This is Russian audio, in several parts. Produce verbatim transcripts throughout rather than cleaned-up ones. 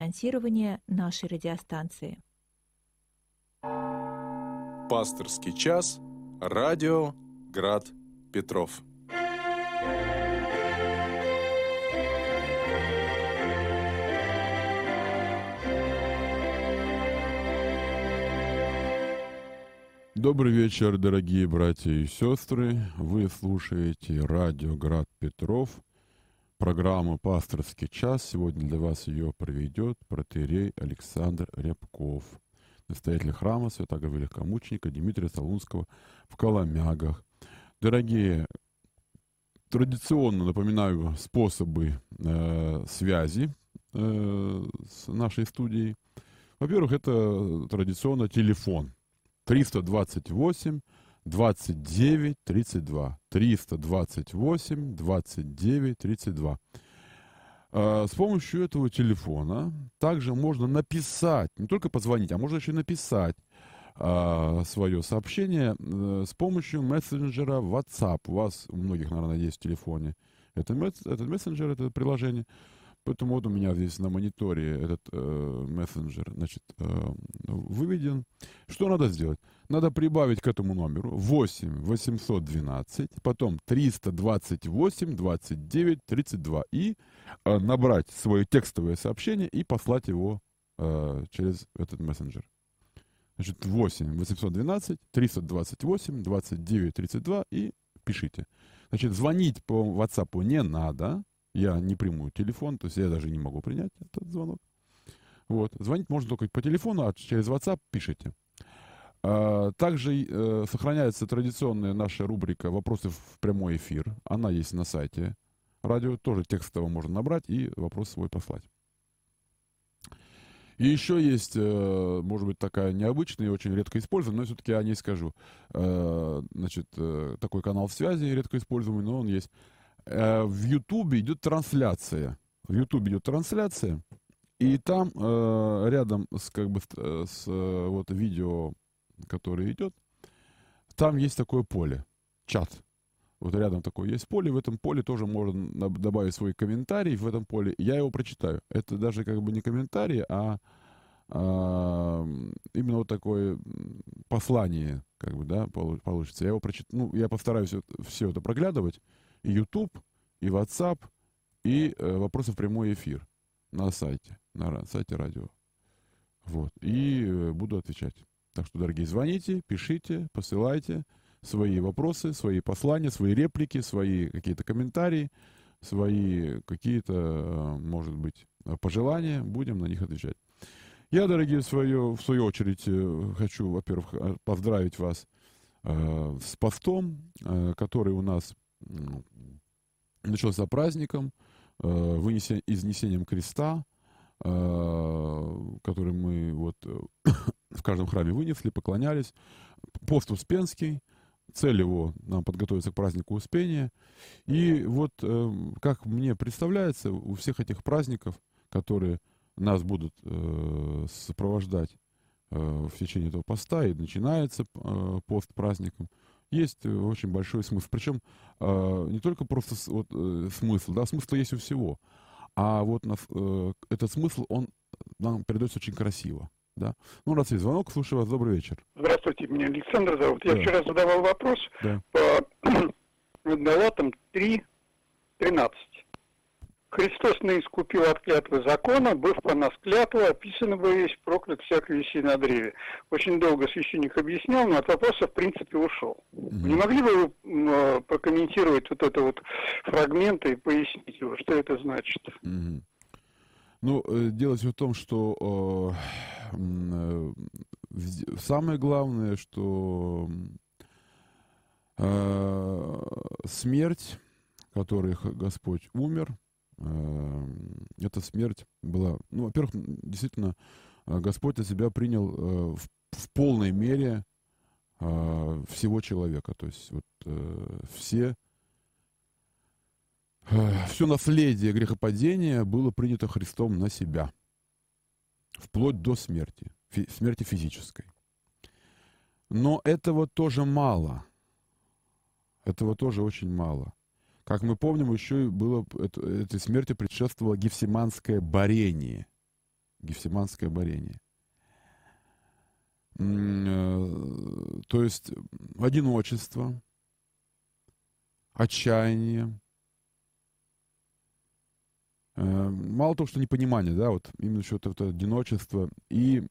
финансирования нашей радиостанции. Пасторский час. Радио Град Петров. Добрый вечер, дорогие братья и сестры. Вы слушаете радио Град Петров, программу «Пасторский час». Сегодня для вас ее проведет протоиерей Александр Рябков, настоятель храма святого великомученика Дмитрия Солунского в Коломягах. Дорогие, традиционно напоминаю способы э, связи э, с нашей студией. Во-первых, это традиционно телефон. триста двадцать восемь двадцать девять тридцать два. триста двадцать восемь двадцать девять тридцать два. С помощью этого телефона также можно написать, не только позвонить, а можно еще написать свое сообщение с помощью мессенджера WhatsApp. У вас, у многих, наверное, есть в телефоне это, этот мессенджер, это приложение. Поэтому вот у меня здесь на мониторе этот э, мессенджер, значит, э, выведен. Что надо сделать? Надо прибавить к этому номеру восемь восемьсот двенадцать, потом триста двадцать восемь двадцать девять тридцать два и э, набрать свое текстовое сообщение и послать его э, через этот мессенджер. Значит, восемь восемьсот двенадцать триста двадцать восемь двадцать девять тридцать два и пишите. Значит, звонить по WhatsApp не надо. Я не приму телефон, то есть я даже не могу принять этот звонок. Вот. Звонить можно только по телефону, а через WhatsApp пишите. А, также э, сохраняется традиционная наша рубрика «Вопросы в прямой эфир». Она есть на сайте радио. Тоже текстово можно набрать и вопрос свой послать. И еще есть, э, может быть, такая необычная и очень редко используемая, но все-таки о ней скажу. Э, значит, э, такой канал связи редко используемый, но он есть. В Ютубе идет трансляция. В Ютубе идет трансляция, и там э, рядом с, как бы, с э, вот, видео, которое идет, там есть такое поле, чат. Вот рядом такое есть поле, в этом поле тоже можно добавить свой комментарий в этом поле. Я его прочитаю. Это даже как бы не комментарий, а, а именно вот такое послание, как бы, да, получится. Я его прочитаю. Ну, я постараюсь все это проглядывать. И YouTube, и WhatsApp, и э, вопросы в прямой эфир на сайте, на сайте радио. Вот. И э, буду отвечать. Так что, дорогие, звоните, пишите, посылайте свои вопросы, свои послания, свои реплики, свои какие-то комментарии, свои какие-то, э, может быть, пожелания. Будем на них отвечать. Я, дорогие, в свою, в свою очередь э, хочу, во-первых, поздравить вас э, с постом, э, который у нас начался праздником, э, вынесен, изнесением креста, э, который мы вот в каждом храме вынесли, поклонялись. Пост Успенский, цель его нам подготовиться к празднику Успения. И вот, э, как мне представляется, у всех этих праздников, которые нас будут э, сопровождать э, в течение этого поста, и начинается э, пост праздником, есть очень большой смысл. Причем э, не только просто с, вот, э, смысл, да, смысл есть у всего, а вот на, э, этот смысл, он нам передается очень красиво. Да? Ну, раз есть звонок, слушаю вас, добрый вечер. Здравствуйте, меня Александр зовут. Я да. вчера задавал вопрос да. по Галатам три тринадцать. Христос не искупил от клятвы закона, быв по нас клятва, описано бы весь проклят всяк висит на древе. Очень долго священник объяснял, но от вопроса в принципе ушел. Mm-hmm. Не могли бы вы э, прокомментировать вот это вот фрагменты и пояснить его, что это значит? Mm-hmm. Ну, э, дело в том, что э, э, самое главное, что э, смерть, которой Господь умер, эта смерть была, ну, во-первых, действительно, Господь от себя принял э, в, в полной мере э, всего человека, то есть вот э, все, э, все наследие грехопадения было принято Христом на себя, вплоть до смерти, фи, смерти физической. Но этого тоже мало, этого тоже очень мало. Как мы помним, еще было, это, этой смерти предшествовало гефсиманское борение. Гефсиманское борение. То есть одиночество, отчаяние. Мало того, что непонимание, да, вот именно что-то вот одиночество и,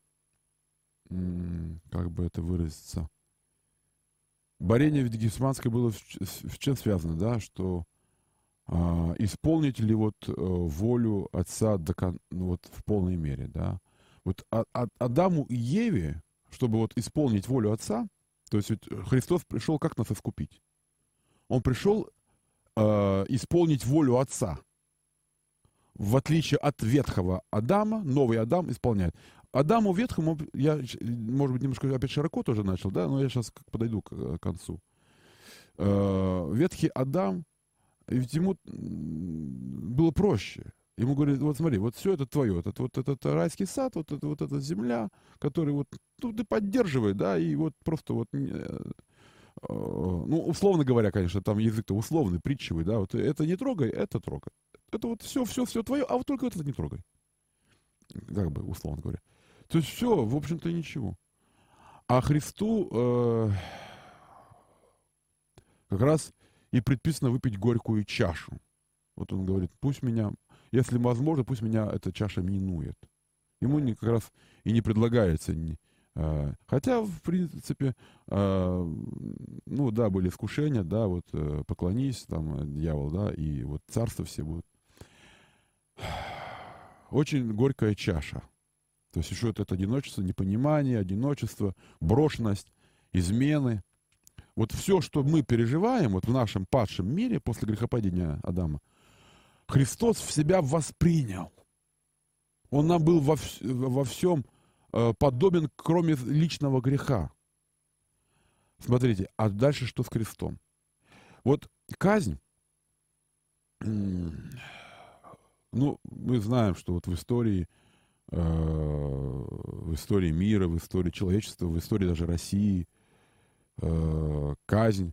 как бы это выразиться, борение в Гефсиманское было с чем связано, да, что а, исполнить ли вот а, волю Отца до, ну, вот, в полной мере, да. Вот а, а, Адаму и Еве, чтобы вот исполнить волю Отца, то есть Христос пришел как нас искупить? Он пришел а, исполнить волю Отца. В отличие от ветхого Адама, новый Адам исполняет. Адаму ветхому, я, может быть, немножко опять широко тоже начал, да, но я сейчас подойду к концу. Ветхий Адам, ведь ему было проще. Ему говорят, вот смотри, вот все это твое, это, вот этот райский сад, вот, это, вот эта земля, который вот, ну, ты поддерживай, да, и вот просто вот, ну, условно говоря, конечно, там язык-то условный, притчевый, да, вот это не трогай, это трогай. Это вот все, все, все твое, а вот только вот это не трогай. Как бы, условно говоря. То есть все, в общем-то, ничего. А Христу э, как раз и предписано выпить горькую чашу. Вот он говорит, пусть меня, если возможно, пусть меня эта чаша минует. Ему не, как раз и не предлагается. Не, э, хотя, в принципе, э, ну да, были искушения, да, вот э, поклонись, там, дьявол, да, и вот царство все будут. Очень горькая чаша. То есть еще это одиночество, непонимание, одиночество, брошенность, измены. Вот все, что мы переживаем вот в нашем падшем мире после грехопадения Адама, Христос в себя воспринял. Он нам был во, во всем э, подобен, кроме личного греха. Смотрите, а дальше что с крестом? Вот казнь... Ну, мы знаем, что вот в истории, э, в истории мира, в истории человечества, в истории даже России, э, казнь,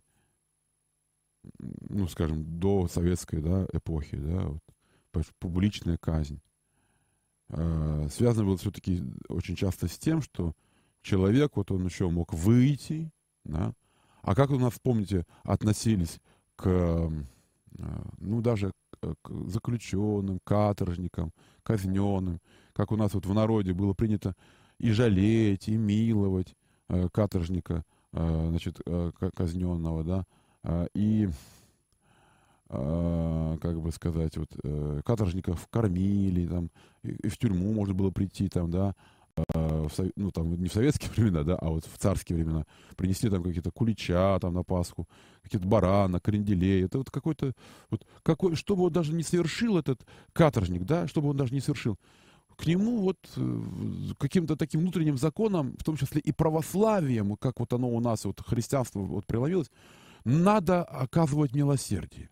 ну, скажем, до советской, да, эпохи, да, вот, публичная казнь, э, связана была все-таки очень часто с тем, что человек, вот он еще мог выйти, да, а как у нас, помните, относились к, э, ну, даже к заключенным, каторжникам, казненным, как у нас вот в народе было принято и жалеть, и миловать э, каторжника, э, значит, э, казненного, да, э, и, э, как бы сказать, вот, э, каторжников кормили, там, и, и в тюрьму можно было прийти, там, да, э, в, ну, там, не в советские времена, да, а вот в царские времена, принести там какие-то кулича, там, на Пасху, какие-то барана, кренделей, это вот какой-то, вот, какой, чтобы он даже не совершил этот каторжник, да, чтобы он даже не совершил, к нему вот каким-то таким внутренним законом, в том числе и православием, как вот оно у нас, вот христианство вот преломилось, надо оказывать милосердие.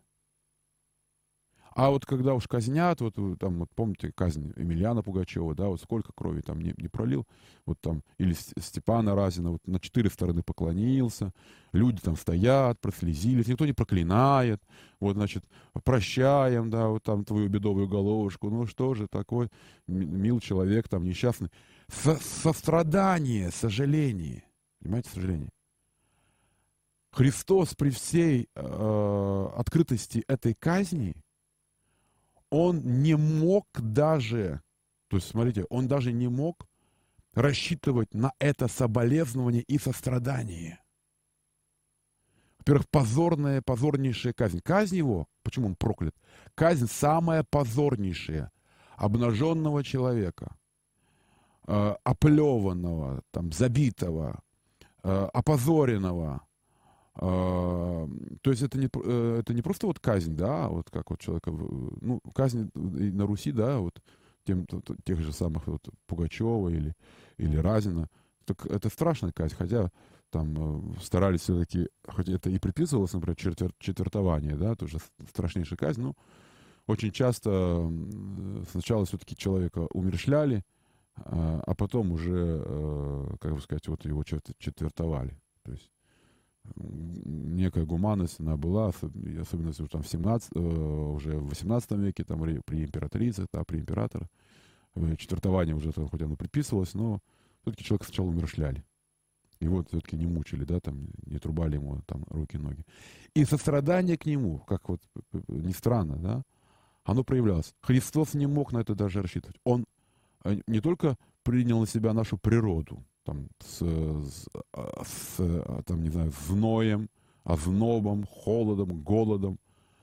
А вот когда уж казнят, вот там, вот помните, казнь Емельяна Пугачева, да, вот сколько крови там не, не пролил, вот там, или Степана Разина, вот на четыре стороны поклонился, люди там стоят, прослезились, никто не проклинает, вот, значит, прощаем, да, вот там твою бедовую головушку, ну что же, такой мил человек, там, несчастный. Со сострадание, сожаление, понимаете, сожаление. Христос при всей э, открытости этой казни, он не мог даже, то есть, смотрите, он даже не мог рассчитывать на это соболезнование и сострадание. Во-первых, позорная, позорнейшая казнь. Казнь его, почему он проклят? Казнь самая позорнейшая обнаженного человека, э, оплеванного, там, забитого, э, опозоренного. Uh, то есть это не, uh, это не просто вот казнь, да, вот как вот человека, ну, казнь на Руси, да, вот тем, тех же самых вот Пугачева или, или Разина, так это страшная казнь, хотя там uh, старались все-таки, хотя это и предписывалось, например, четвер, четвертование, да, тоже страшнейшая казнь, но очень часто uh, сначала все-таки человека умерщвляли, uh, а потом уже, uh, как бы сказать, вот его четвертовали, то есть некая гуманность она была, особенно там в семнадцатом, уже в восемнадцатом веке, там при императрице, да, при императоре, четвертование уже, хоть оно предписывалось, но все-таки человека сначала умерщвляли. Его все-таки не мучили, да, там, не трубали ему там руки, ноги. И сострадание к нему, как вот ни странно, да, оно проявлялось. Христос не мог на это даже рассчитывать. Он не только принял на себя нашу природу, там, с, с, с там, не знаю, зноем, ознобом, холодом, голодом,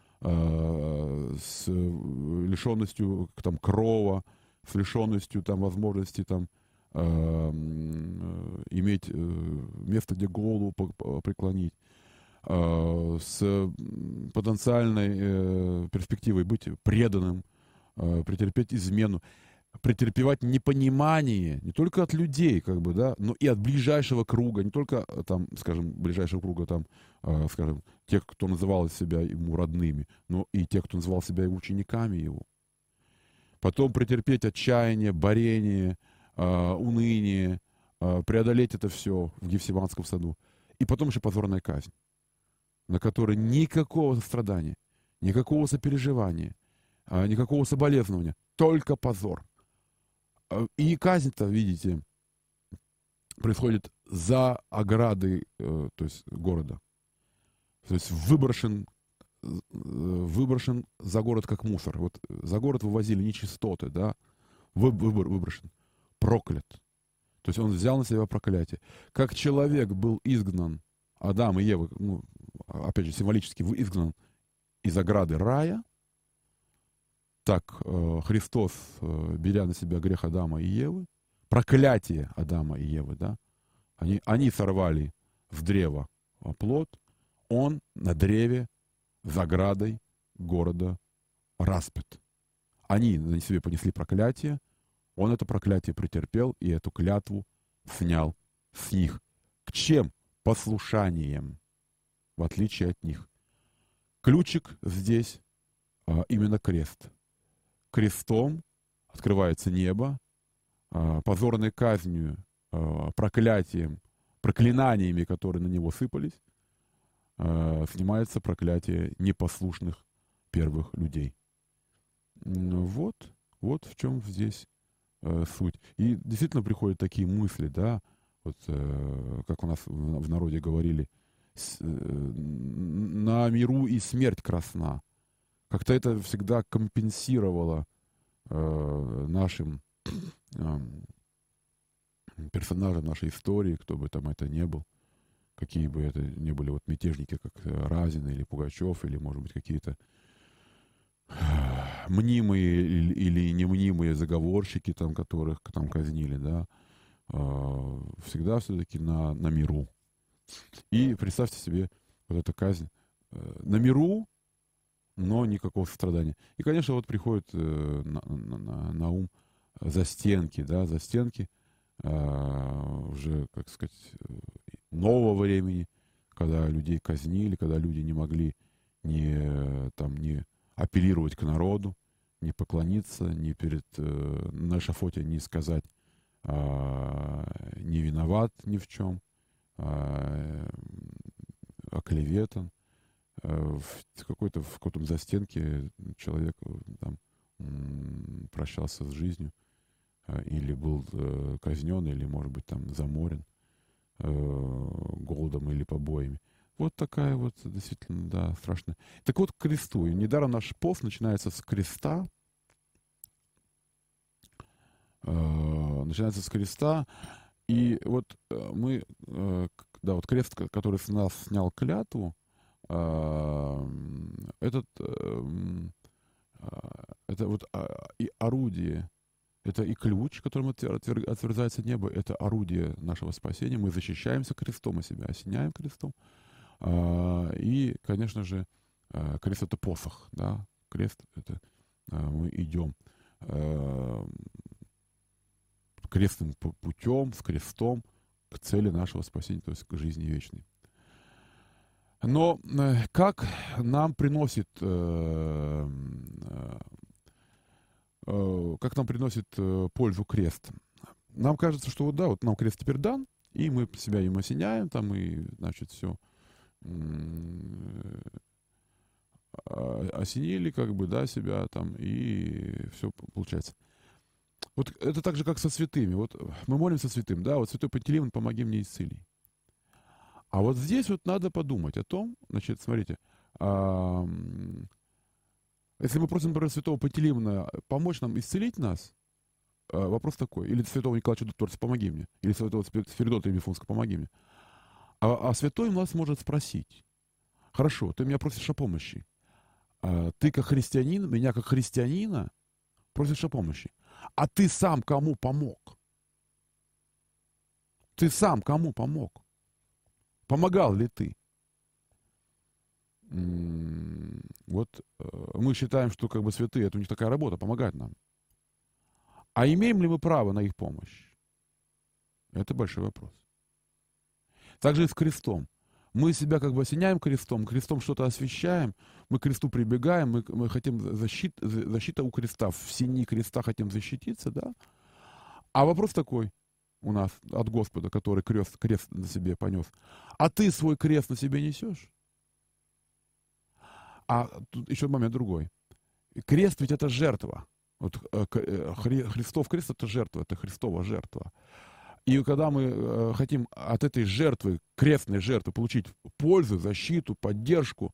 э, с лишенностью там, крова, с лишенностью там, возможности там, э, иметь э, место, где голову преклонить, э, с потенциальной э, перспективой быть преданным, э, претерпеть измену, претерпевать непонимание не только от людей, как бы, да, но и от ближайшего круга, не только, там, скажем, ближайшего круга, там, э, скажем, тех, кто называл себя ему родными, но и тех, кто называл себя учениками его. Потом претерпеть отчаяние, борение, э, уныние, э, преодолеть это все в Гефсиманском саду. И потом еще позорная казнь, на которой никакого сострадания, никакого сопереживания, э, никакого соболезнования, только позор. И казнь-то, видите, происходит за оградой, э, то есть города. То есть выброшен, э, выброшен за город как мусор. Вот за город вывозили нечистоты, да, Вы, выбор, выброшен, проклят. То есть он взял на себя проклятие. Как человек был изгнан, Адам и Ева, ну, опять же, символически изгнан из ограды рая, так э, Христос, э, беря на себя грех Адама и Евы, проклятие Адама и Евы, да, они, они сорвали с древа плод, он на древе за оградой города распят. Они на себе понесли проклятие, он это проклятие претерпел и эту клятву снял с них. К чем? Послушанием, в отличие от них. Ключик здесь а, именно крест. Крестом открывается небо, а, позорной казнью, а, проклятием, проклинаниями, которые на него сыпались, а, снимается проклятие непослушных первых людей. Вот, вот в чем здесь э, суть. И действительно приходят такие мысли, да, вот э, как у нас в, в народе говорили, с, э, на миру и смерть красна. Как-то это всегда компенсировало э, нашим э, персонажам нашей истории, кто бы там это ни был, какие бы это ни были вот мятежники, как Разин или Пугачев, или, может быть, какие-то мнимые или, или немнимые заговорщики, там, которых там казнили, да, э, всегда все-таки на, на миру. И представьте себе вот эту казнь э, на миру, но никакого сострадания. И, конечно, вот приходит э, на, на, на ум застенки, да, застенки э, уже, как сказать, нового времени, когда людей казнили, когда люди не могли не, там, не апеллировать к народу, не поклониться, не перед, э, на эшафоте не сказать э, не виноват ни в чем, э, оклеветан. В какой-то в каком-то застенке человек там прощался с жизнью, или был казнен, или, может быть, там заморен голодом или побоями. Вот такая вот, действительно, да, страшная. Так вот, к кресту. И недаром наш пост начинается с креста. Начинается с креста. И вот мы, да, вот крест, который с нас снял клятву, этот, это вот и орудие, это и ключ, которым отверзается небо, это орудие нашего спасения. Мы защищаемся крестом, мы себя осеняем крестом. И, конечно же, крест — это посох, да, крест — это мы идем крестным путем, с крестом к цели нашего спасения, то есть к жизни вечной. Но как нам приносит, э, э, как нам приносит пользу крест? Нам кажется, что вот да, вот нам крест теперь дан, и мы себя им осеняем, там, и, значит, все э, осенили, как бы, да, себя там, и все получается. Вот это так же, как со святыми. Вот мы молимся святым, да, вот святой Пантелеимон, помоги мне исцели. А вот здесь вот надо подумать о том, значит, смотрите, а, если мы просим, например, святого Пантелеимона помочь нам исцелить нас, а, вопрос такой, или святого Николая Чудотворца, помоги мне, или святого Сфиридота Ефимского, помоги мне. А, а святой нас может спросить: хорошо, ты меня просишь о помощи, а, ты как христианин, меня как христианина просишь о помощи. А ты сам кому помог? Ты сам кому помог? Помогал ли ты? М-м- вот э, мы считаем, что как бы святые, это у них такая работа, помогать нам. А имеем ли мы право на их помощь? Это большой вопрос. Также и с крестом. Мы себя как бы осеняем крестом, крестом что-то освещаем, мы к кресту прибегаем, мы, мы хотим защит, защита у креста, в сени креста хотим защититься, да? А вопрос такой у нас от Господа, который крест, крест на себе понес. А ты свой крест на себе несешь? А тут еще момент другой. Крест ведь это жертва. Вот, Хри, Христов крест это жертва, это Христова жертва. И когда мы э, хотим от этой жертвы, крестной жертвы, получить пользу, защиту, поддержку,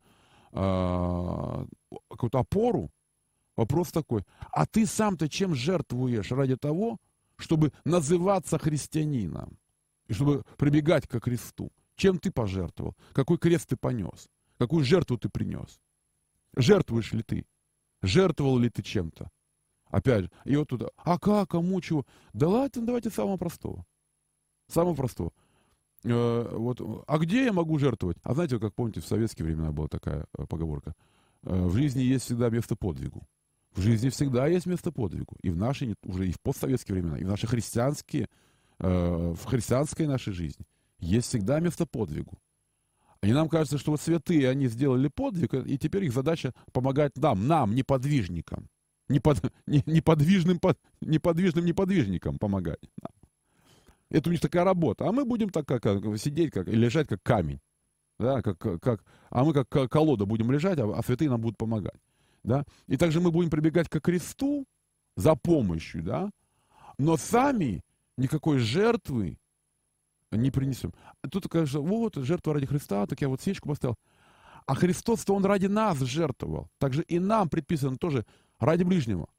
э, какую-то опору, вопрос такой: а ты сам-то чем жертвуешь ради того, чтобы называться христианином, и чтобы прибегать ко кресту? Чем ты пожертвовал? Какой крест ты понес? Какую жертву ты принес? Жертвуешь ли ты? Жертвовал ли ты чем-то? Опять же, и вот туда, а как, кому, чего? Да ладно, давайте самого простого. Самого простого. Э, вот, а где я могу жертвовать? А знаете, как помните, в советские времена была такая э, поговорка. Э, в жизни есть всегда место подвигу. В жизни всегда есть место подвигу. И в наши, уже и в постсоветские времена, и в наши христианские, э, в христианской нашей жизни есть всегда место подвигу. И нам кажется, что вот святые, они сделали подвиг, и теперь их задача помогать нам, нам, неподвижникам. Непод, не, неподвижным, под, неподвижным неподвижникам помогать. Это у них такая работа. А мы будем так как, как, сидеть как, и лежать как камень. Да, как, как, а мы как колода будем лежать, а, а святые нам будут помогать. Да? И также мы будем прибегать ко кресту за помощью, да? Но сами никакой жертвы не принесем. Тут, конечно, вот, жертва ради Христа, так я вот свечку поставил. А Христос-то Он ради нас жертвовал. Также и нам предписано тоже ради ближнего.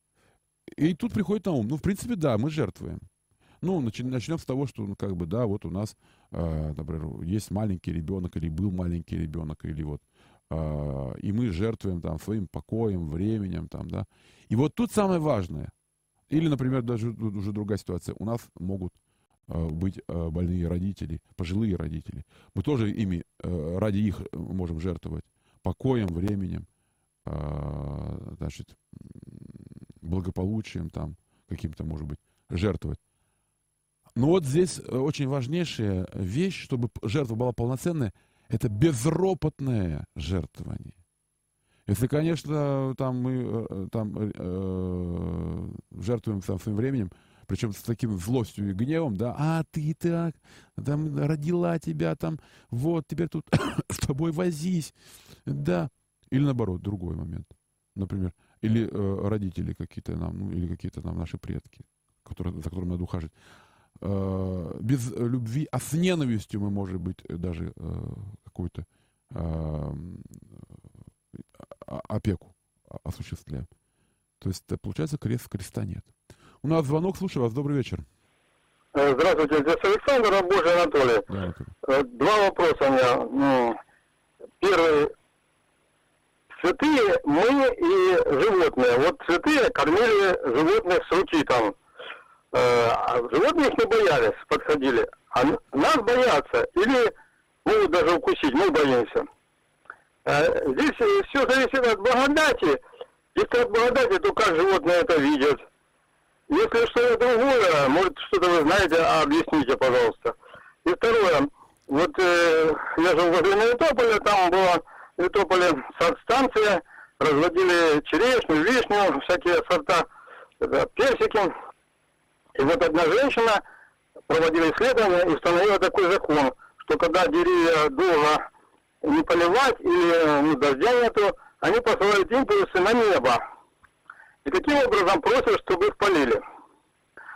И тут приходит на ум, ну, в принципе, да, мы жертвуем. Ну, начнем с того, что, ну, как бы, да, вот у нас, э, например, есть маленький ребенок, или был маленький ребенок, или вот, э, и мы жертвуем там своим покоем, временем, там, да. И вот тут самое важное, или, например, даже уже другая ситуация, у нас могут э, быть э, больные родители, пожилые родители. Мы тоже ими, э, ради их можем жертвовать покоем, временем, э, значит, благополучием там, каким-то, может быть, жертвовать. Но вот здесь очень важнейшая вещь, чтобы жертва была полноценная, это безропотное жертвование. Если, конечно, там мы там, э, жертвуем там, своим временем, причем с таким злостью и гневом, да, а ты так, там родила тебя, там, вот, теперь тут с тобой возись, да. Или наоборот, другой момент, например, или э, родители какие-то нам, ну, или какие-то нам наши предки, которые, за которыми надо ухаживать. Без любви, а с ненавистью мы, может быть, даже э, какую-то э, опеку осуществляем. То есть, получается, крест креста нет. У нас звонок, слушаю вас, добрый вечер. Здравствуйте, здесь Александр, Рабожий Анатолий. Да, Анатолий. Два вопроса у меня. Ну, первый. Святые мы и животные. Вот святые кормили животных с руки там. А животные их не боялись, подходили. А нас боятся. Или могут даже укусить, мы боимся. Здесь все зависит от благодати. Если от благодати, то как животные это видят? Если что-то другое, может что-то вы знаете, объясните, пожалуйста. И второе. Вот э, я жил возле Мелитополя, там была в Мелитополе садстанция, разводили черешню, вишню, всякие сорта, это, персики. И вот одна женщина проводила исследования и установила такой закон, что когда деревья долго не поливать или ну, дождя нету, они посылают импульсы на небо. И таким образом просят, чтобы их полили.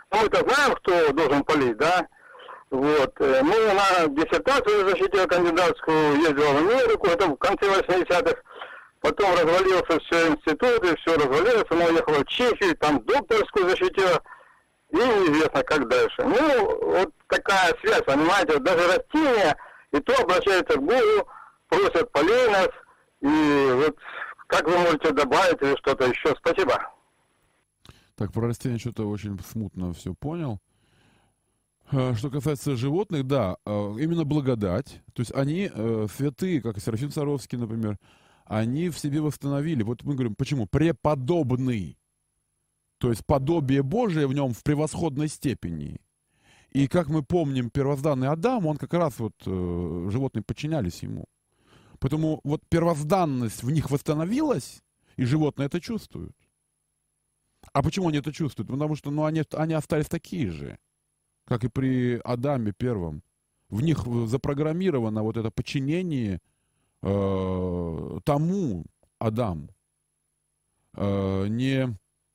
Ну, мы-то знаем, кто должен полить, да? Вот. э, Мы на диссертацию защитил кандидатскую, ездил в Америку, это в конце восьмидесятых. Потом развалился все институты, все развалилось, она уехала в Чехию, там докторскую защитила, и неизвестно, как дальше. Ну, вот такая связь, понимаете, даже растения, и то обращаются к Богу, просят полей нас, и вот как вы можете добавить или что-то еще? Спасибо. Так, про растения что-то очень смутно все понял. А, Что касается животных, да, а, именно благодать. То есть они, э, святые, как и Серафим Саровский, например, они в себе восстановили. Вот мы говорим, почему? Преподобный. То есть подобие Божие в нем в превосходной степени. И как мы помним, первозданный Адам, он как раз вот, э, животные подчинялись ему. Поэтому вот первозданность в них восстановилась, и животные это чувствуют. А почему они это чувствуют? Потому что ну, они, они остались такие же, как и при Адаме первом. В них запрограммировано вот это подчинение э, тому Адаму. Э, не,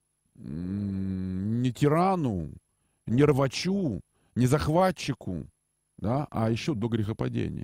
не тирану, не рвачу, не захватчику, да, а еще до грехопадения.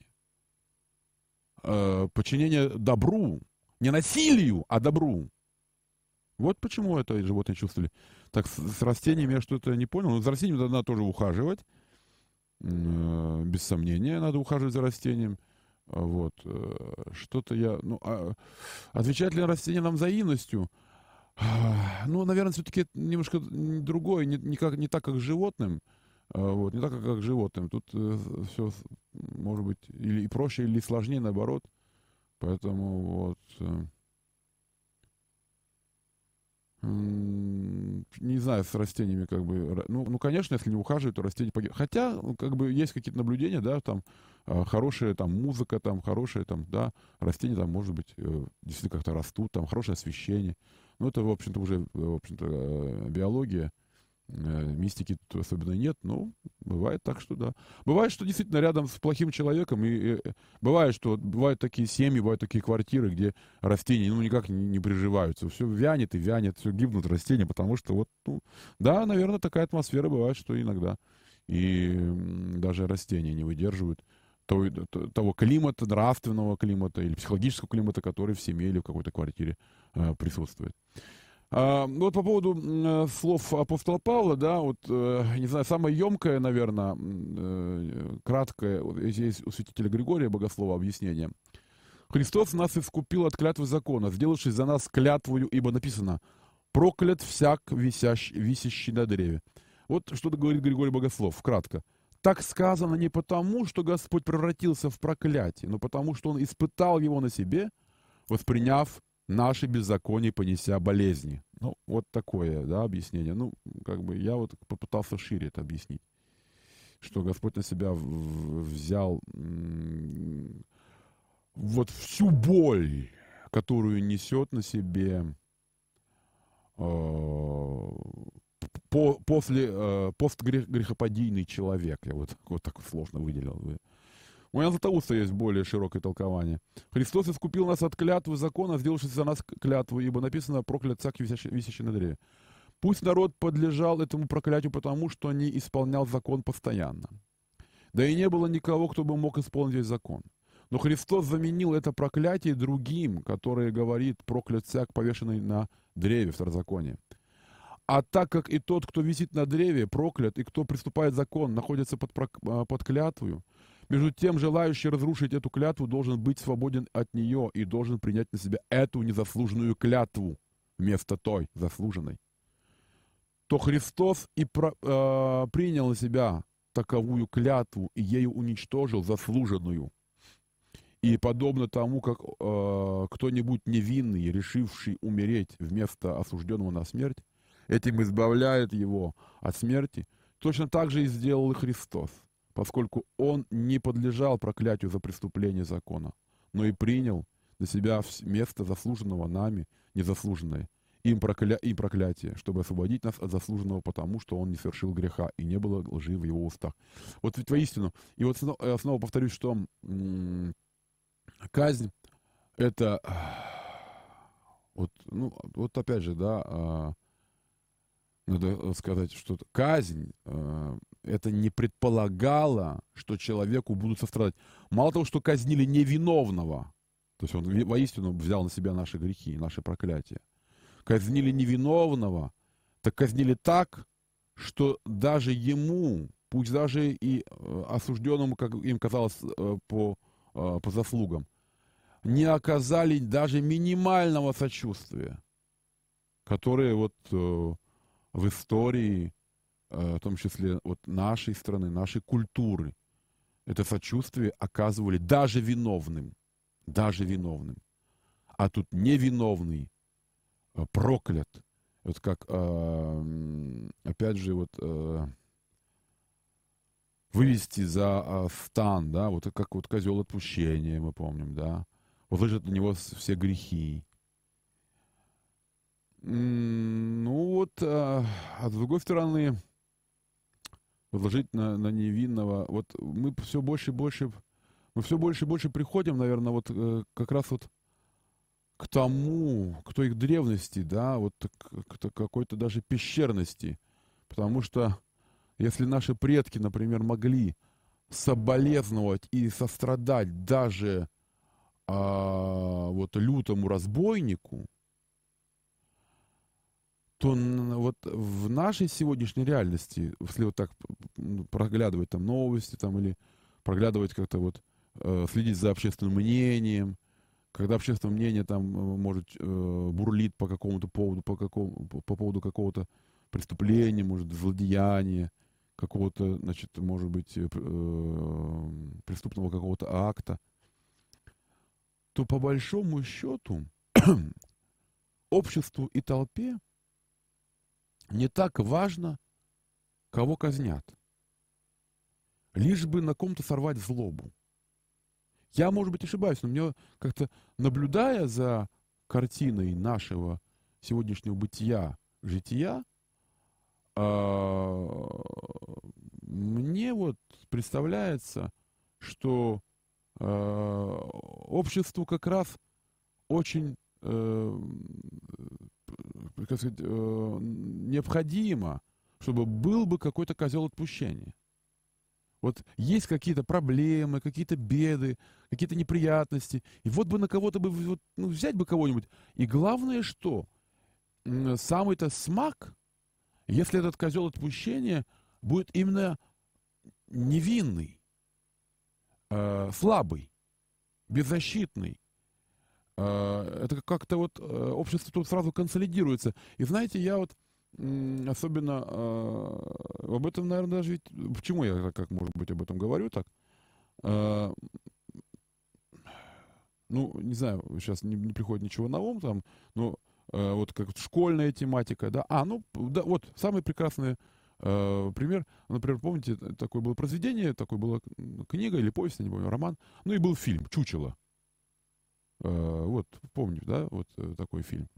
Э, подчинение добру, не насилию, а добру. Вот почему это животные чувствовали. Так, с, с растениями я что-то не понял. Но за растениями надо тоже ухаживать. Э, без сомнения, надо ухаживать за растением. А Вот. э, Что-то я... Ну, а, отвечает ли растение нам взаимностью? А, Ну, наверное, все-таки это немножко другое. Не, не, как, не так, как с животным. А, Вот. Не так, как, как с животным. Тут все, может быть, или и проще, или сложнее, наоборот. Поэтому вот... э, М, Не знаю, с растениями как бы... ра- Ну, ну конечно, если не ухаживать, то растения погибнут. Хотя, ну, как бы, есть какие-то наблюдения, да, там, а, хорошая там музыка, там, хорошая там, да, растения там, может быть, э, действительно как-то растут, там, хорошее освещение. Ну, это, в общем-то, уже, э, в общем-то, э, биология. Э, Мистики тут особенно нет, но бывает так, что да. Бывает, что действительно рядом с плохим человеком, и, и, э, бывает, что вот бывают такие семьи, бывают такие квартиры, где растения, ну, никак не, не приживаются. Все вянет и вянет, все гибнут растения, потому что вот, ну, да, наверное, такая атмосфера бывает, что иногда и м, даже растения не выдерживают той- т- того климата, нравственного климата или психологического климата, который в семье или в какой-то квартире э, присутствует. А, ну вот по поводу м, э, слов апостола Павла, да, вот, э, не знаю, самое емкое, наверное, м, э, краткое, вот здесь есть у святителя Григория Богослова объяснение. «Христос нас искупил от клятвы закона, сделавшись за нас клятвою, ибо написано, проклят всяк, висящ, висящий на древе». Вот что говорит Григорий Богослов, кратко. Так сказано не потому, что Господь превратился в проклятие, но потому, что Он испытал его на себе, восприняв наши беззакония, понеся болезни. Ну, вот такое, да, объяснение. Ну, как бы я вот попытался шире это объяснить. Что Господь на себя в- в- взял м, вот всю боль, которую несет на себе э, по, после, э, постгрехопадийный человек. Я вот, вот так вот сложно выделил. У Иоанна Златоуста есть более широкое толкование. «Христос искупил нас от клятвы закона, сделавшись за нас клятву, ибо написано проклят всяк, висящий, висящий на древе. Пусть народ подлежал этому проклятию, потому что не исполнял закон постоянно. Да и не было никого, кто бы мог исполнить весь закон. Но Христос заменил это проклятие другим, которое говорит проклят всяк, повешенный на древе, второзаконие. А так как и тот, кто висит на древе, проклят, и кто приступает закон, находится под, прок- под клятвою, между тем, желающий разрушить эту клятву должен быть свободен от нее и должен принять на себя эту незаслуженную клятву вместо той заслуженной. То Христос и про, э, принял на себя таковую клятву и ею уничтожил заслуженную. И подобно тому, как э, кто-нибудь невинный, решивший умереть вместо осужденного на смерть, этим избавляет его от смерти, точно так же и сделал и Христос, поскольку он не подлежал проклятию за преступление закона, но и принял на себя место заслуженного нами незаслуженное, им, прокля... им проклятие, чтобы освободить нас от заслуженного, потому что он не совершил греха, и не было лжи в его устах. Вот ведь воистину, и вот снова, я снова повторюсь, что м- казнь — это, вот, ну, вот опять же, да, надо сказать, что казнь, э, это не предполагало, что человеку будут сострадать. Мало того, что казнили невиновного, то есть он воистину взял на себя наши грехи, наши проклятия. Казнили невиновного, так казнили так, что даже ему, пусть даже и осужденному, как им казалось, по, по заслугам, не оказали даже минимального сочувствия, которое вот в истории, в том числе вот нашей страны, нашей культуры, это сочувствие оказывали даже виновным. Даже виновным. А тут невиновный проклят. Вот как, опять же, вот вывести за стан, да, вот как вот козел отпущения, мы помним, да, возложить на него все грехи. Ну вот, а с другой стороны, возложить на, на невинного, вот мы все больше и больше, мы все больше и больше приходим, наверное, вот как раз вот к тому, к той их древности, да, вот к, к какой-то даже пещерности, потому что если наши предки, например, могли соболезновать и сострадать даже а, вот лютому разбойнику, то вот в нашей сегодняшней реальности, если вот так проглядывать там новости там, или проглядывать как-то вот, э, следить за общественным мнением, когда общественное мнение там может э, бурлит по какому-то поводу, по, какому, по поводу какого-то преступления, может, злодеяния, какого-то, значит, может быть, э, преступного какого-то акта, то по большому счету обществу и толпе не так важно, кого казнят. Лишь бы на ком-то сорвать злобу. Я, может быть, ошибаюсь, но мне как-то, наблюдая за картиной нашего сегодняшнего бытия, жития, мне вот представляется, что обществу как раз очень как сказать, необходимо, чтобы был бы какой-то козел отпущения. Вот есть какие-то проблемы, какие-то беды, какие-то неприятности. И вот бы на кого-то бы, вот, ну, взять бы кого-нибудь. И главное, что самый-то смак, если этот козел отпущения будет именно невинный, э, слабый, беззащитный. Э, это как-то вот э, общество тут сразу консолидируется. И знаете, я вот особенно э, об этом, наверное, даже ведь... Почему я, как, может быть, об этом говорю так? Э, ну, не знаю, сейчас не, не приходит ничего на ум там, но э, вот как школьная тематика, да. А, ну, да, вот самый прекрасный э, пример. Например, помните, такое было произведение, такое была книга или повесть, я не помню, роман. Ну и был фильм «Чучело». Э, вот, помню, да, вот э, такой фильм.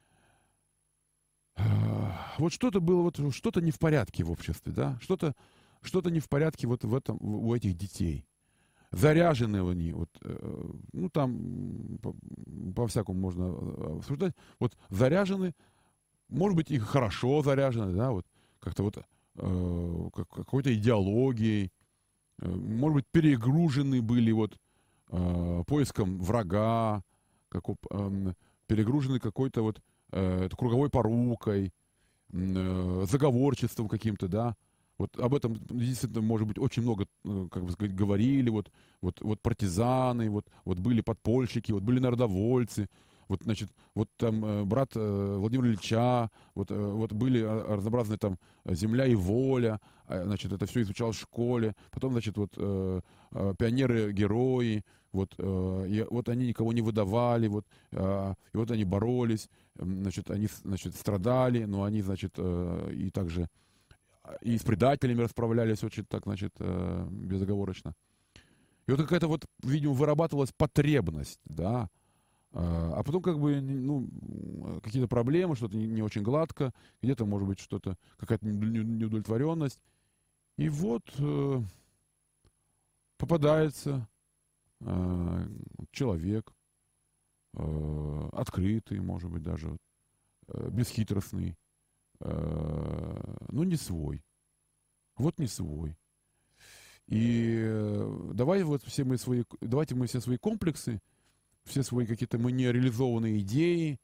Вот что-то было, вот что-то не в порядке в обществе, да, что-то, что-то не в порядке вот в этом, у этих детей. Заряжены они, вот, ну там по, по-всякому можно обсуждать, вот заряжены, может быть, их хорошо заряжены, да, вот, как-то вот э, какой-то идеологией, может быть, перегружены были вот э, поиском врага, как, э, перегружены какой-то вот э, круговой порукой, э, заговорчеством каким-то, да. Вот об этом действительно, может быть, очень много, как бы сказать, говорили, вот, вот, вот партизаны, вот, вот были подпольщики, вот были народовольцы, вот, значит, вот там э, брат э, Владимира Ильича, вот, э, вот были разнообразные там «Земля и воля», э, значит, это все изучалось в школе, потом, значит, вот э, э, пионеры-герои, вот, э, и, вот они никого не выдавали, вот, э, и вот они боролись, э, значит, они, значит, страдали, но они, значит, э, и также и с предателями расправлялись очень так, значит, э, безоговорочно. И вот какая-то вот, видимо, вырабатывалась потребность, да, а потом как бы, ну, какие-то проблемы, что-то не, не очень гладко, где-то, может быть, что-то, какая-то неудовлетворенность. И вот э, попадается э, человек, э, открытый, может быть, даже э, бесхитростный, э, ну, не свой. Вот не свой. И э, давай вот все мы свои, давайте мы все свои комплексы, все свои какие-то мы нереализованные идеи,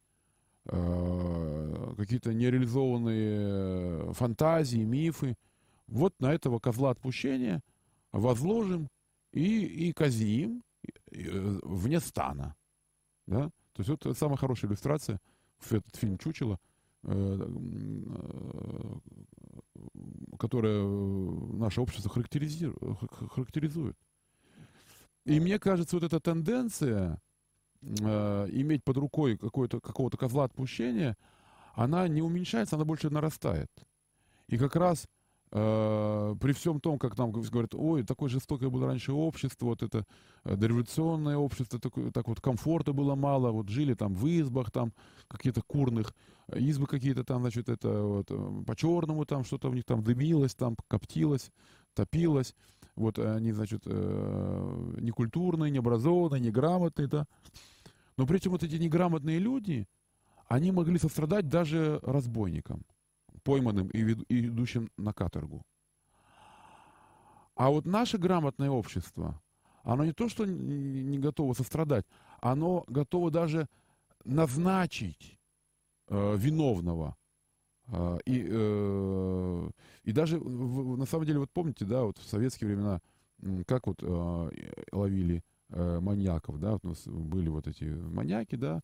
э, какие-то нереализованные фантазии, мифы, вот на этого козла отпущения возложим и, и казним э, вне стана. Да? То есть вот это самая хорошая иллюстрация в этот фильм «Чучело», э, э, которая наше общество характеризирует, характеризует. И мне кажется, вот эта тенденция э, иметь под рукой какой-то, какого-то козла отпущения, она не уменьшается, она больше нарастает. И как раз э, при всем том, как нам говорят, ой, такое жестокое было раньше общество, вот это э, дореволюционное общество, такое, так вот комфорта было мало, вот жили там в избах, там какие-то курных, избы какие-то там, значит, это вот, по-черному там что-то у них там дымилось, там коптилось, топилось. Вот они, значит, э, некультурные, необразованные, неграмотные, да. Но при этом вот эти неграмотные люди, они могли сострадать даже разбойникам, пойманным и, веду, и идущим на каторгу. А вот наше грамотное общество, оно не то, что не, не готово сострадать, оно готово даже назначить э, виновного. Э, и, э, и даже, в, на самом деле, вот помните, да, вот в советские времена, как вот э, ловили э, маньяков, да, вот у нас были вот эти маньяки, да,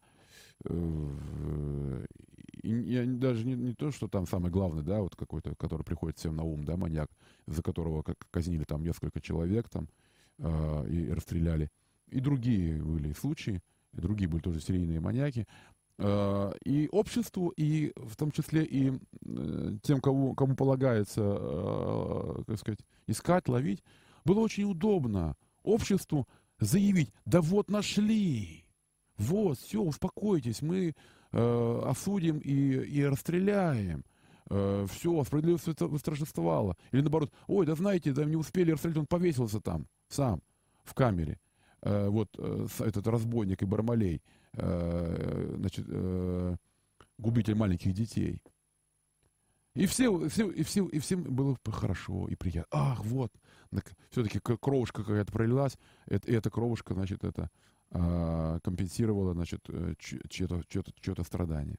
э, и, и даже не, не то, что там самый главный, да, вот какой-то, который приходит всем на ум, да, маньяк, за которого как, казнили там несколько человек там э, и расстреляли. И другие были случаи, и другие были тоже серийные маньяки. Э, и обществу, и в том числе и э, тем, кому, кому полагается, э, как сказать, искать, ловить, было очень удобно обществу заявить: да вот нашли, вот, все, успокойтесь, мы э, осудим и, и расстреляем. Э, все, справедливость восторжествовала. Или наоборот, ой, да знаете, да не успели расстрелять, он повесился там, сам, в камере. Э, вот э, этот разбойник и Бармалей, э, значит, э, губитель маленьких детей. И все, все, и, все, и всем было хорошо и приятно. Ах, вот, все-таки кровушка какая-то пролилась, и эта кровушка, значит, это а, компенсировала, значит, чье-то, чье-то, чье-то страдание.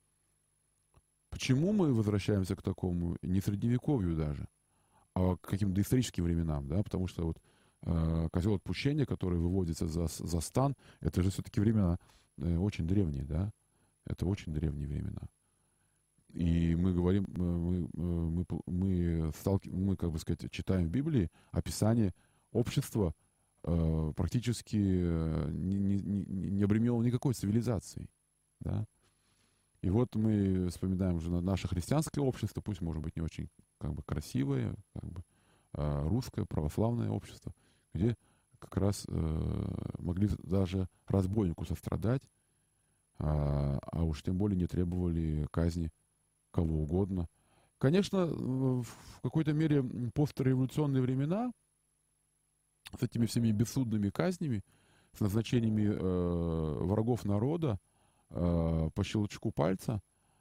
Почему мы возвращаемся к такому, не средневековью даже, а к каким-то доисторическим временам, да, потому что вот э, козел отпущения, который выводится за, за стан, это же все-таки времена э, очень древние, да, это очень древние времена. И мы говорим, мы, мы, мы, сталки, мы, как бы сказать, читаем в Библии описание общества, э, практически не, не, не обремененного никакой цивилизацией. Да? И вот мы вспоминаем уже наше христианское общество, пусть, может быть, не очень как бы, красивое, как бы, э, русское, православное общество, где как раз э, могли даже разбойнику сострадать, а, а уж тем более не требовали казни кого угодно. Конечно, в какой-то мере постреволюционные времена с этими всеми бессудными казнями, с назначениями э, врагов народа э, по щелчку пальца,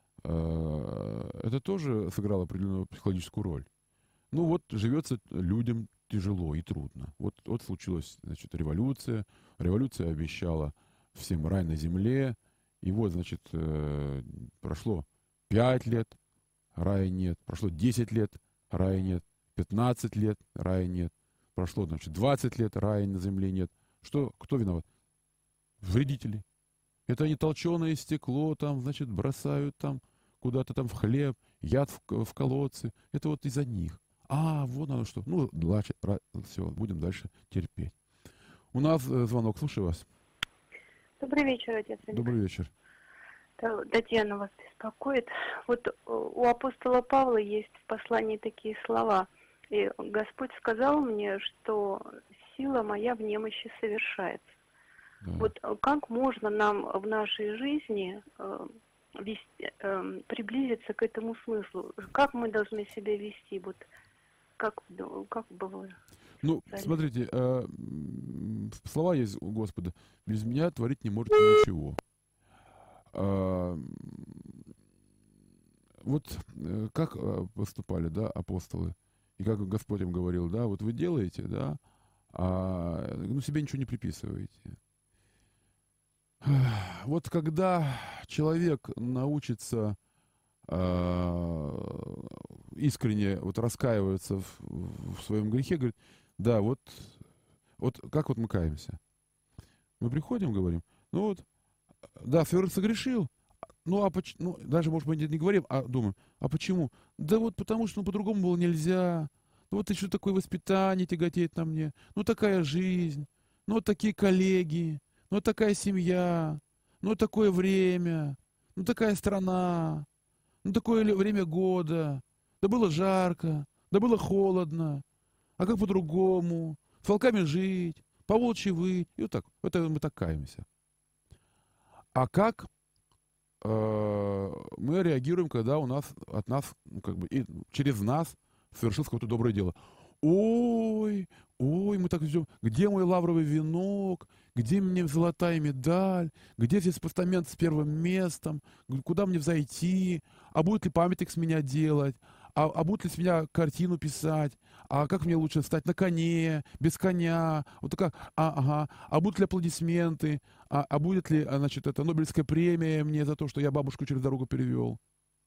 э, это тоже сыграло определенную психологическую роль. Ну вот, живется людям тяжело и трудно. Вот, вот случилась, значит, революция. Революция обещала всем рай на земле. И вот, значит, э, прошло пять лет, рая нет. Прошло десять лет, рая нет. пятнадцать лет, рая нет. Прошло, значит, двадцать лет, рая на земле нет. Что, кто виноват? Вредители. Это они толченое стекло там, значит, бросают там куда-то там в хлеб, яд в, в колодцы. Это вот из-за них. А, вот оно что. Ну, дальше, все, будем дальше терпеть. У нас э, звонок, слушаю вас. Добрый вечер, отец. Добрый вечер. Татьяна вас беспокоит. Вот у апостола Павла есть в послании такие слова. И Господь сказал мне, что сила моя в немощи совершается. Да. Вот как можно нам в нашей жизни э, вести, э, приблизиться к этому смыслу? Как мы должны себя вести? Вот как, как бы вы... Ну, сказали? Смотрите, э, слова есть у Господа. Без меня творить не можете ничего. вот э, как э, поступали, да, апостолы, и как Господь им говорил, да, вот вы делаете, да, а ну, себе ничего не приписываете. Вот когда человек научится э, искренне вот раскаиваться в, в своем грехе, говорит, да, вот, вот как вот мы каемся? Мы приходим, говорим, ну вот, да, согрешил, ну а почему, ну, даже, может быть, не говорим, а думаем, а почему? Да вот потому что ну, по-другому было нельзя. Ну вот еще такое воспитание тяготеет на мне, ну такая жизнь, ну вот такие коллеги, ну вот такая семья, ну вот такое время, ну такая страна, ну такое время года, да было жарко, да было холодно, а как по-другому, с волками жить, по волчьи выть, и вот так, вот это мы так каемся. А как э, мы реагируем, когда у нас, от нас, ну, как бы, и через нас совершилось какое-то доброе дело? Ой, ой, мы так ждем, где мой лавровый венок, где мне золотая медаль, где здесь постамент с первым местом, куда мне взойти, а будет ли памятник с меня делать, а, а будет ли с меня картину писать, а как мне лучше стать на коне, без коня, вот такая, а, ага, а будут ли аплодисменты, а, а будет ли, значит, это Нобелевская премия мне за то, что я бабушку через дорогу перевел.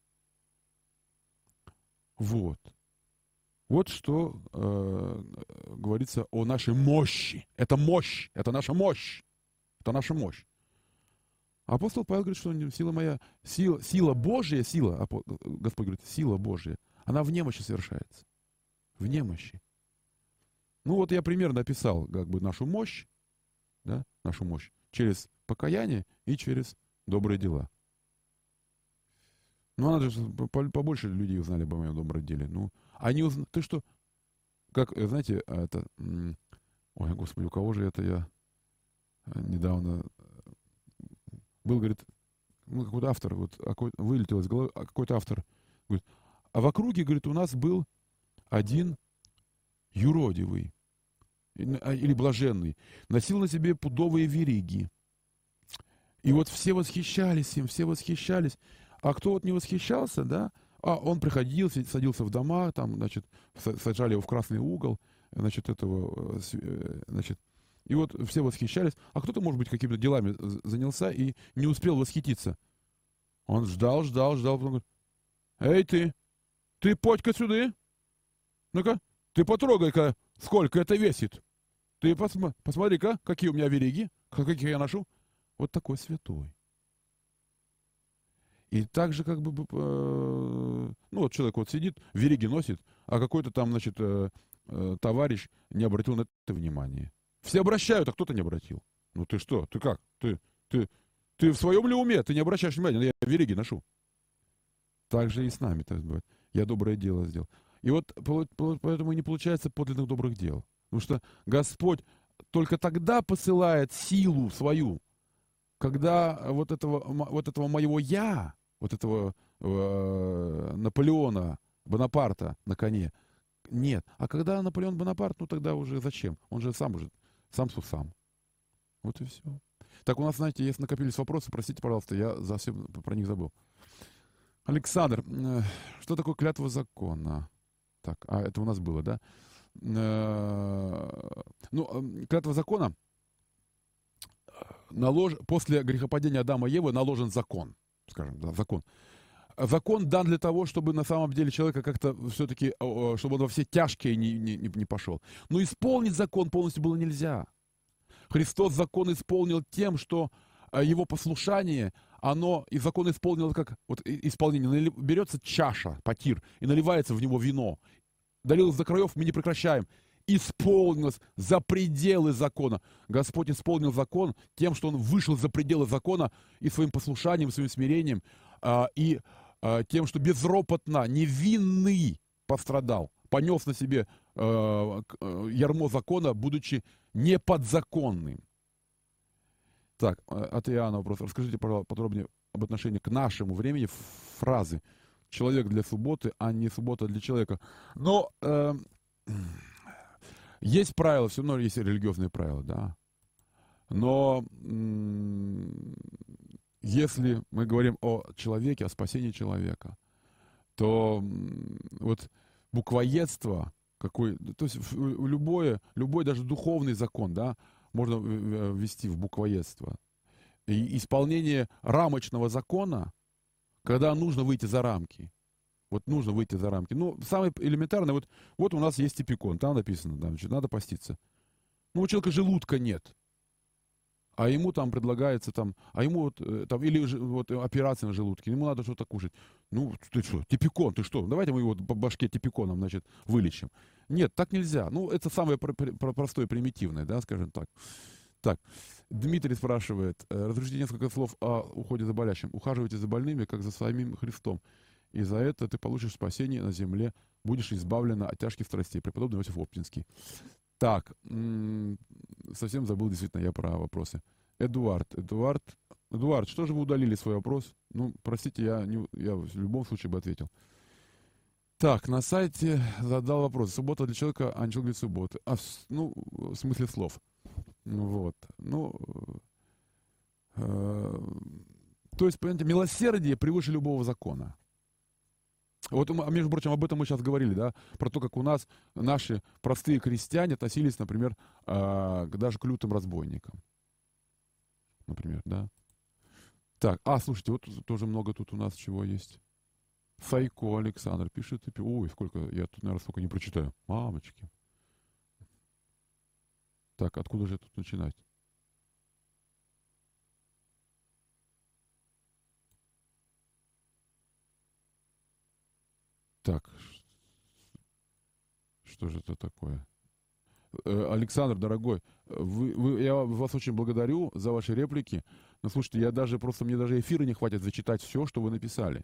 Вот. Вот что э, говорится о нашей мощи. Это мощь, это наша мощь, это наша мощь. Апостол Павел говорит, что сила моя, сила, сила Божья, сила, Господь говорит, сила Божья, она в немощи совершается. В немощи. Ну вот я примерно описал как бы нашу мощь, да, нашу мощь, через покаяние и через добрые дела. Ну, надо же, побольше людей узнали бы о моем добром деле. Ну, они узнали, ты что, как, знаете, это, ой, Господи, у кого же это я недавно был, говорит, ну, какой-то автор, вот, вылетел из головы, какой-то автор, говорит, а в округе, говорит, у нас был один юродивый, или блаженный, носил на себе пудовые вериги. И вот все восхищались им, все восхищались. А кто вот не восхищался, да, а он приходил, садился в дома, там, значит, сажали его в красный угол, значит, этого, значит, и вот все восхищались. А кто-то, может быть, какими-то делами занялся и не успел восхититься. Он ждал, ждал, ждал, потом говорит, эй, ты, ты подь-ка сюда, ну-ка, ты потрогай-ка, сколько это весит. Ты посма- посмотри-ка, какие у меня вериги, какие я ношу. Вот такой святой. И так же, как бы, э, ну, вот человек вот сидит, вериги носит, а какой-то там, значит, э, э, товарищ не обратил на это внимание. Все обращают, а кто-то не обратил. Ну ты что, ты как? Ты, ты, ты в своем ли уме? Ты не обращаешь внимания, я вериги ношу. Так же и с нами, так бывает. Я доброе дело сделал. И вот поэтому и не получается подлинных добрых дел. Потому что Господь только тогда посылает силу свою, когда вот этого, вот этого моего «я», вот этого э, Наполеона Бонапарта на коне, нет. А когда Наполеон Бонапарт, ну тогда уже зачем? Он же сам уже, сам су сам. Вот и все. Так, у нас, знаете, если накопились вопросы, простите, пожалуйста, я совсем про них забыл. Александр, э, что такое клятва закона? Так, а это у нас было, да? Э, ну, клятва закона, налож... после грехопадения Адама и Евы наложен закон, скажем, да, закон. Закон дан для того, чтобы на самом деле человека как-то все-таки, чтобы он во все тяжкие не, не, не пошел. Но исполнить закон полностью было нельзя. Христос закон исполнил тем, что его послушание, оно, и закон исполнил как вот исполнение. Берется чаша, потир, и наливается в него вино. Долилось до краев, мы не прекращаем. Исполнилось за пределы закона. Господь исполнил закон тем, что Он вышел за пределы закона и своим послушанием, своим смирением, а, и а, тем, что безропотно, невинный пострадал, понес на себе а, ярмо закона, будучи неподзаконным. Так, от Иоанна вопрос. Расскажите, пожалуйста, подробнее об отношении к нашему времени фразы «человек для субботы, а не суббота для человека». Но э, есть правила, все равно есть религиозные правила, да. Но м- если мы говорим о человеке, о спасении человека, то вот буквоедство, какой, то есть любое, любой даже духовный закон, да, можно ввести в буквоедство. И исполнение рамочного закона, когда нужно выйти за рамки. Вот нужно выйти за рамки. Ну, самое элементарное, вот, вот у нас есть эпикон, там написано, да, значит, надо поститься. Ну, у человека желудка нет. А ему там предлагается там, а ему вот, там, или вот операция на желудке, ему надо что-то кушать. Ну, ты что, типикон, ты что? Давайте мы его по башке типиконом, значит, вылечим. Нет, так нельзя. Ну, это самое про про простое, примитивное, да, скажем так. Так, Дмитрий спрашивает, разрешите несколько слов о уходе за болящим. Ухаживайте за больными, как за самим Христом. И за это ты получишь спасение на земле, будешь избавлена от тяжких страстей. Преподобный Иосиф Оптинский. Так, совсем забыл действительно я про вопросы. Эдуард, Эдуард, Эдуард, что же вы удалили свой вопрос? Ну, простите, я, не, я в любом случае бы ответил. Так, на сайте задал вопрос. Суббота для человека, а не человек для субботы. А, ну, в смысле слов. Ну, вот. Ну, э, то есть, понимаете, милосердие превыше любого закона. Вот, между прочим, об этом мы сейчас говорили, да, про то, как у нас наши простые крестьяне относились, например, э, даже к лютым разбойникам. Например, да. Так, а, слушайте, вот тоже много тут у нас чего есть. Сайко Александр пишет, и, ой, сколько, я тут, наверное, столько не прочитаю. Мамочки. Так, откуда же тут начинать? Так, что же это такое? Александр, дорогой, вы, вы, я вас очень благодарю за ваши реплики. Но слушайте, я даже просто, мне даже эфира не хватит зачитать все, что вы написали.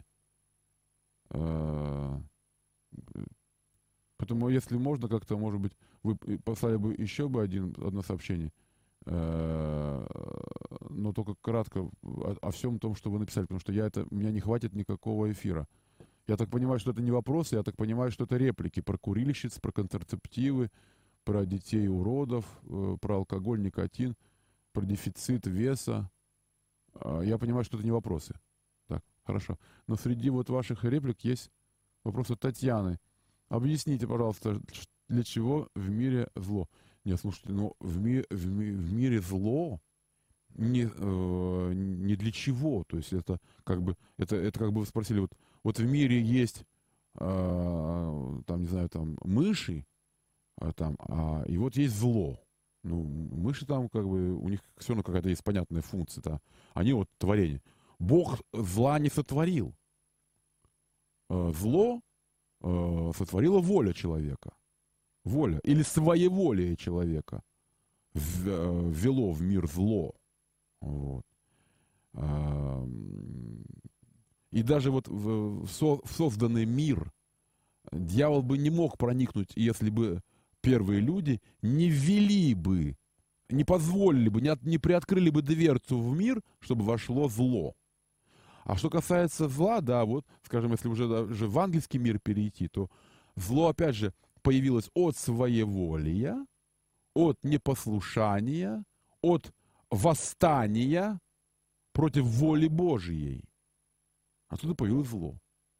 Поэтому, если можно, как-то, может быть, вы послали бы еще бы один, одно сообщение, но только кратко о, о всем том, что вы написали, потому что я это, у меня не хватит никакого эфира. Я так понимаю, что это не вопросы, я так понимаю, что это реплики про курильщиц, про контрацептивы, про детей-уродов, про алкоголь, никотин, про дефицит веса. Я понимаю, что это не вопросы. Так, хорошо. Но среди вот ваших реплик есть вопрос от Татьяны. Объясните, пожалуйста, для чего в мире зло? Нет, слушайте, ну в, ми, в, ми, в мире зло не, э, не для чего. То есть это как бы, это, это как бы вы спросили, вот, вот в мире есть, э, там, не знаю, там, мыши, а, там, а, и вот есть зло. Ну, мыши там, как бы, у них все равно какая-то есть понятная функция, да. Они вот творение. Бог зла не сотворил. Э, зло э, сотворила воля человека. Воля. Или своеволие человека в, э, ввело в мир зло. Вот. Э, и даже вот в, в, со, в созданный мир дьявол бы не мог проникнуть, если бы первые люди не ввели бы, не позволили бы, не, от, не приоткрыли бы дверцу в мир, чтобы вошло зло. А что касается зла, да, вот, скажем, если уже даже в ангельский мир перейти, то зло, опять же, появилось от своеволия, от непослушания, от восстания против воли Божьей. Отсюда появилось зло.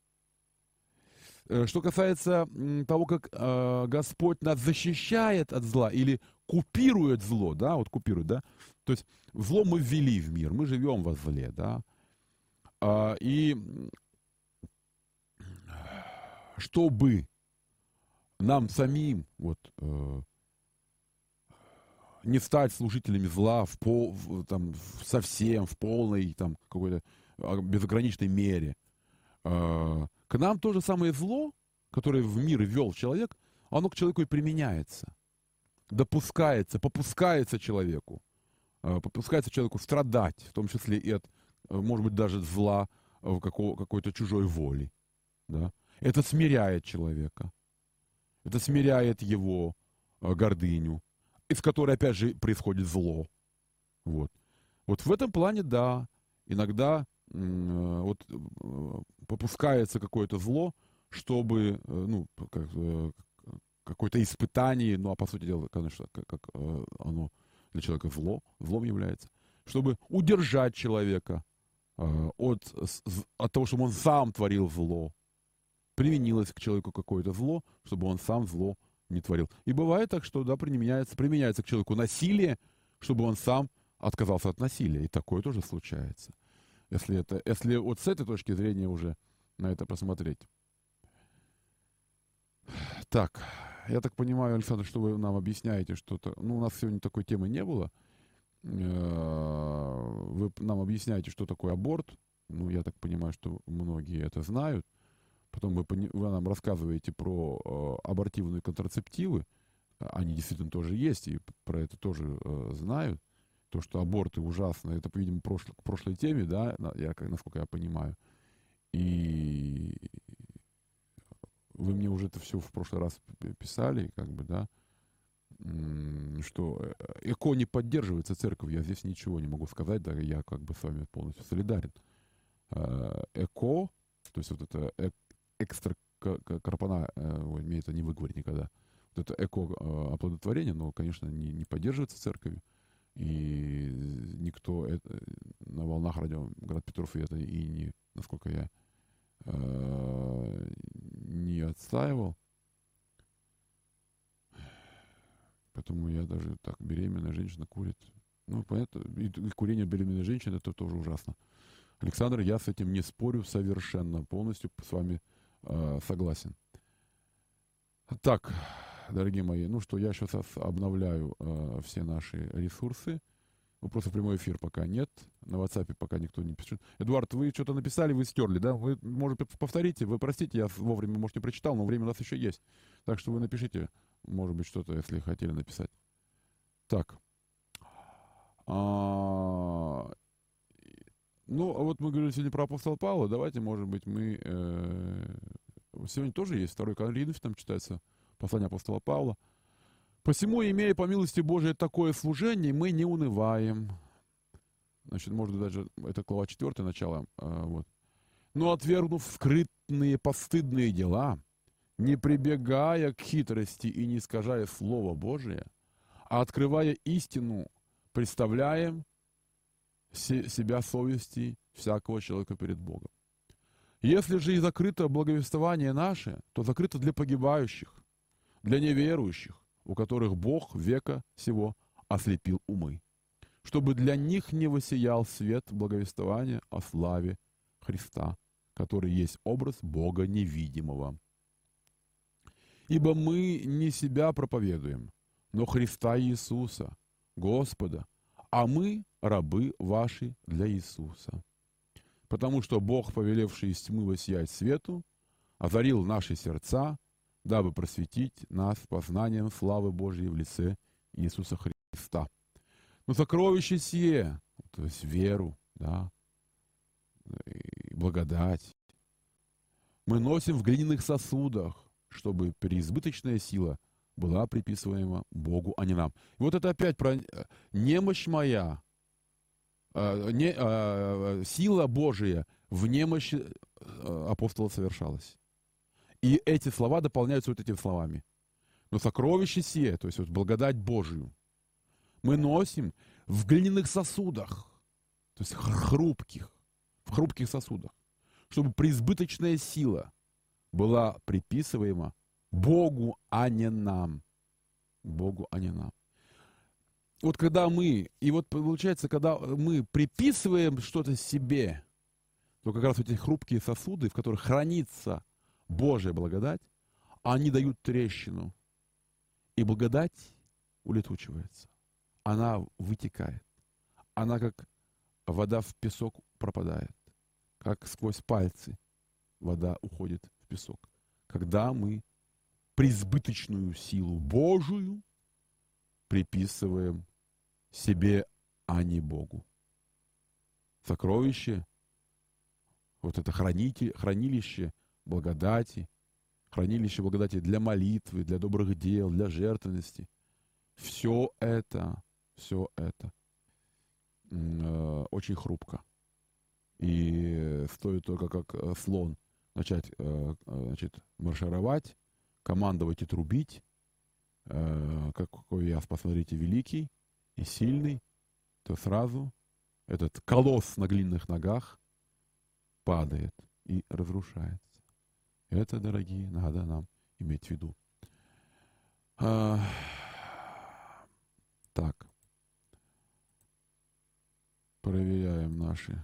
Что касается того, как э, Господь нас защищает от зла или купирует зло, да, вот купирует, да, то есть зло мы ввели в мир, мы живем во зле, да, а, и чтобы нам самим вот э, не стать служителями зла в пол, в, там, в совсем, в полной, там, какой-то безграничной мере, э, к нам то же самое зло, которое в мир ввел человек, оно к человеку и применяется. Допускается, попускается человеку. Попускается человеку страдать, в том числе и от, может быть, даже зла какой-то чужой воли. Да? Это смиряет человека. Это смиряет его гордыню, из которой, опять же, происходит зло. Вот, вот в этом плане, да, иногда вот попускается какое-то зло, чтобы, ну, как, какое-то испытание, ну, а по сути дела, конечно, как, как оно для человека зло, злом является, чтобы удержать человека от, от того, чтобы он сам творил зло. применилось к человеку какое-то зло, чтобы он сам зло не творил. И бывает так, что да, применяется, применяется к человеку насилие, чтобы он сам отказался от насилия. И такое тоже случается. Если, это, если вот с этой точки зрения уже на это посмотреть. Так, я так понимаю, Александр, что вы нам объясняете что-то. Ну, у нас сегодня такой темы не было. Вы нам объясняете, что такое аборт. Ну, я так понимаю, что многие это знают. Потом вы, вы нам рассказываете про э, абортивные контрацептивы. Они действительно тоже есть, и про это тоже э, знают. То, что аборты ужасны, это, по-видимому, прошло, к прошлой теме, да, я, насколько я понимаю. И вы мне уже это все в прошлый раз писали, как бы, да, что ЭКО не поддерживается церковью. Я здесь ничего не могу сказать, да, я как бы с вами полностью солидарен. ЭКО, то есть вот это экстракорпона, ой, мне это не выговорить никогда, вот это эко-оплодотворение, но, конечно, не, не поддерживается церковью, и никто это, на волнах радио Град Петров и это и не, насколько я э, не отстаивал. Поэтому я даже так, беременная женщина курит. Ну, понятно, и, и курение беременной женщины, это тоже ужасно. Александр, я с этим не спорю совершенно, полностью с вами э, согласен. Так, дорогие мои, ну что, я сейчас обновляю э, все наши ресурсы. Вопросов в прямой эфир пока нет. На WhatsApp пока никто не пишет. Эдуард, вы что-то написали, вы стерли, да? Вы, может, повторите, вы простите, я вовремя, может, не прочитал, но время у нас еще есть. Так что вы напишите, может быть, что-то, если хотели написать. Так. А, ну, а вот мы говорили сегодня про апостола Павла. Давайте, может быть, мы... Э, сегодня тоже есть второй Коринфянам, там читается послание апостола Павла. «Посему, имея по милости Божией такое служение, мы не унываем». Значит, может, даже это глава четвёртая, начало. Э, вот. «Но отвергнув скрытные постыдные дела, не прибегая к хитрости и не искажая Слово Божие, а открывая истину, представляем себя совести всякого человека перед Богом. Если же и закрыто благовествование наше, то закрыто для погибающих, для неверующих, у которых Бог века сего ослепил умы, чтобы для них не воссиял свет благовествования о славе Христа, который есть образ Бога невидимого. Ибо мы не себя проповедуем, но Христа Иисуса, Господа, а мы рабы ваши для Иисуса. Потому что Бог, повелевший из тьмы воссиять свету, озарил наши сердца, дабы просветить нас познанием славы Божьей в лице Иисуса Христа. Но сокровище сие, то есть веру, да, и благодать, мы носим в глиняных сосудах, чтобы преизбыточная сила была приписываема Богу, а не нам. И вот это опять про немощь моя, э, не, э, сила Божия в немощи апостола совершалась. И эти слова дополняются вот этими словами. Но сокровище сие, то есть вот благодать Божию, мы носим в глиняных сосудах, то есть хрупких, в хрупких сосудах, чтобы преизбыточная сила была приписываема Богу, а не нам. Богу, а не нам. Вот когда мы, и вот получается, когда мы приписываем что-то себе, то как раз эти хрупкие сосуды, в которых хранится Божья благодать, они дают трещину. И благодать улетучивается. Она вытекает. Она как вода в песок пропадает. Как сквозь пальцы вода уходит в песок. Когда мы преизбыточную силу Божию приписываем себе, а не Богу. Сокровище, вот это хранитель, хранилище благодати, хранилище благодати для молитвы, для добрых дел, для жертвенности. Все это, все это э, очень хрупко. И стоит только как слон начать э, значит, маршировать, командовать и трубить, э, какой я, посмотрите, великий и сильный, то сразу этот колосс на глиняных ногах падает и разрушается. Это, дорогие, надо нам иметь в виду. А, так. Проверяем наши,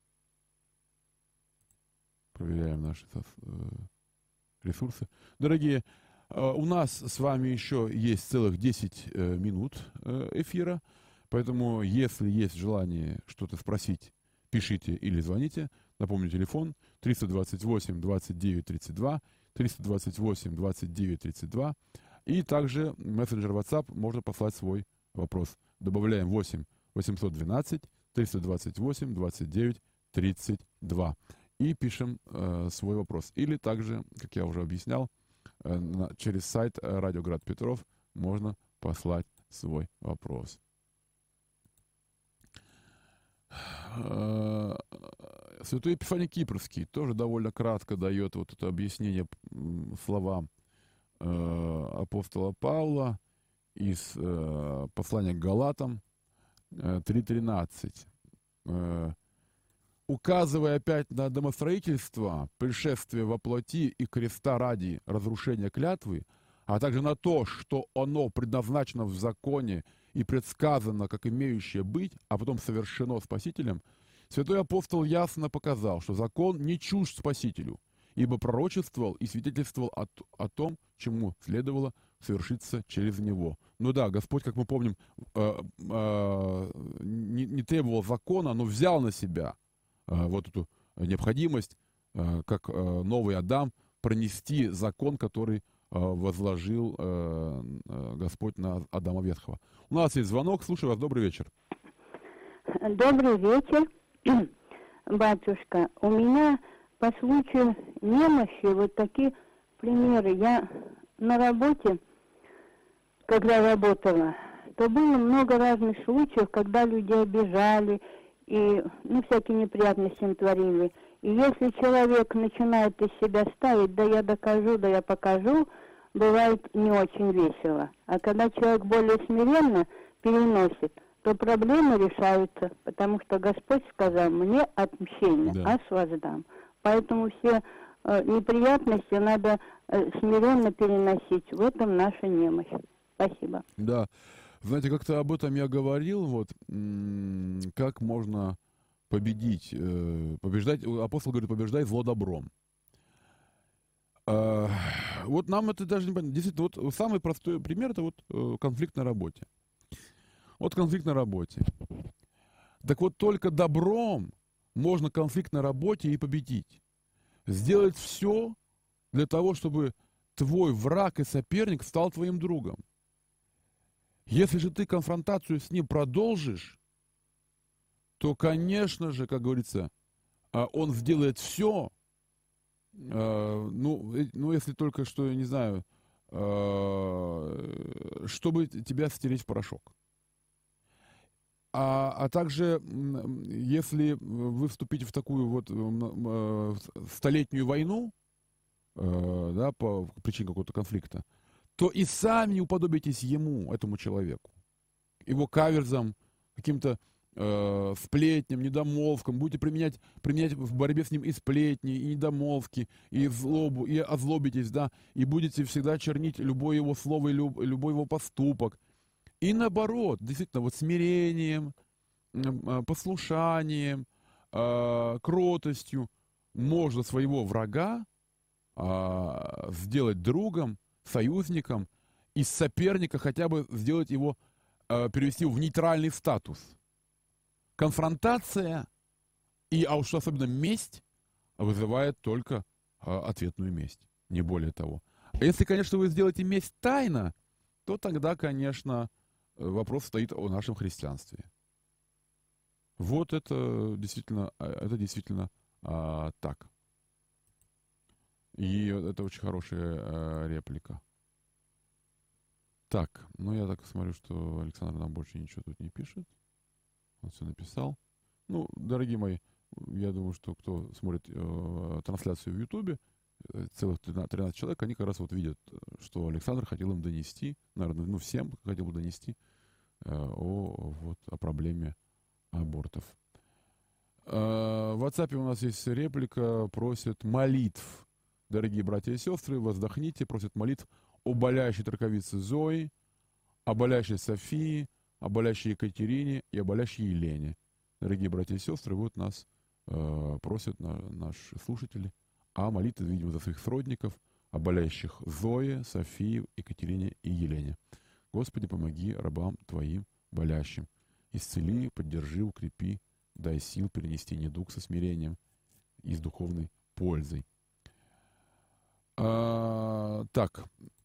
проверяем наши ресурсы. Дорогие, у нас с вами еще есть целых десять минут эфира, поэтому, если есть желание что-то спросить, пишите или звоните. Напомню, телефон триста двадцать восемь двадцать девять тридцать два, триста двадцать восемь двадцать девять тридцать два. И также мессенджер WhatsApp можно послать свой вопрос. Добавляем восемь восемьсот двенадцать триста двадцать восемь двадцать девять тридцать два. И пишем э, свой вопрос. Или также, как я уже объяснял, э, на, через сайт Радио Град Петров можно послать свой вопрос. Э, Святой Епифаний Кипрский тоже довольно кратко дает вот это объяснение словам э, апостола Павла из э, послания к Галатам э, три тринадцать. Э, указывая опять на домостроительство, пришествие во плоти и креста ради разрушения клятвы, а также на то, что оно предназначено в законе и предсказано как имеющее быть, а потом совершено Спасителем, святой апостол ясно показал, что закон не чужд Спасителю, ибо пророчествовал и свидетельствовал о, о том, чему следовало совершиться через него. Ну да, Господь, как мы помним, э, э, не, не требовал закона, но взял на себя э, вот эту необходимость, э, как э, новый Адам, пронести закон, который э, возложил э, э, Господь на Адама Ветхого. У нас есть звонок, слушаю вас, добрый вечер. Добрый вечер, батюшка. У меня по случаю немощи вот такие примеры. Я на работе, когда работала, то было много разных случаев, когда люди обижали и, ну, всякие неприятности им творили. И если человек начинает из себя ставить, да я докажу, да я покажу, бывает не очень весело. А когда человек более смиренно переносит, то проблемы решаются, потому что Господь сказал: мне отмщение, да. ас воздам. Поэтому все э, неприятности надо э, смиренно переносить. В этом наша немощь. Спасибо. Да. Знаете, как-то об этом я говорил, вот, м- как можно победить, э, побеждать, апостол говорит, побеждай зло добром. Э, вот нам это даже не понятно. Действительно, вот самый простой пример — это вот э, конфликт на работе. Вот конфликт на работе. Так вот, только добром можно конфликт на работе и победить. Сделать все для того, чтобы твой враг и соперник стал твоим другом. Если же ты конфронтацию с ним продолжишь, то, конечно же, как говорится, он сделает все, ну, ну если только что, я не знаю, чтобы тебя стереть в порошок. А, а также, если вы вступите в такую вот э, столетнюю войну, э, да, по причине какого-то конфликта, то и сами уподобитесь ему, этому человеку, его каверзам, каким-то э, сплетням, недомолвкам, будете применять, применять в борьбе с ним и сплетни, и недомолвки, и злобу, и озлобитесь, да, и будете всегда чернить любое его слово и люб, любой его поступок. И наоборот, действительно, вот смирением, послушанием, кротостью можно своего врага сделать другом, союзником, из соперника хотя бы сделать его, перевести в нейтральный статус. Конфронтация, и, а уж особенно месть, вызывает только ответную месть, не более того. А если, конечно, вы сделаете месть тайно, то тогда, конечно, вопрос стоит о нашем христианстве. Вот это действительно, это действительно а, так. И это очень хорошая а, реплика. Так, ну я так смотрю, что Александр нам больше ничего тут не пишет. Он все написал. Ну, дорогие мои, я думаю, что кто смотрит э, трансляцию в Ютубе, целых тринадцать человек, они как раз вот видят, что Александр хотел им донести, наверное, ну всем хотел бы донести э, о, вот, о проблеме абортов. Э, в WhatsApp у нас есть реплика, просит молитв Дорогие братья и сестры, воздохните, просят молитв о болящей траковице Зои, о болящей Софии, о болящей Екатерине и о болящей Елене. Дорогие братья и сестры, вот нас э, просят на, наши слушатели о молитве, видимо, за своих сродников, о болящих Зое, Софии, Екатерине и Елене. Господи, помоги рабам Твоим болящим. Исцели, поддержи, укрепи, дай сил перенести недуг со смирением и с духовной пользой. А, так.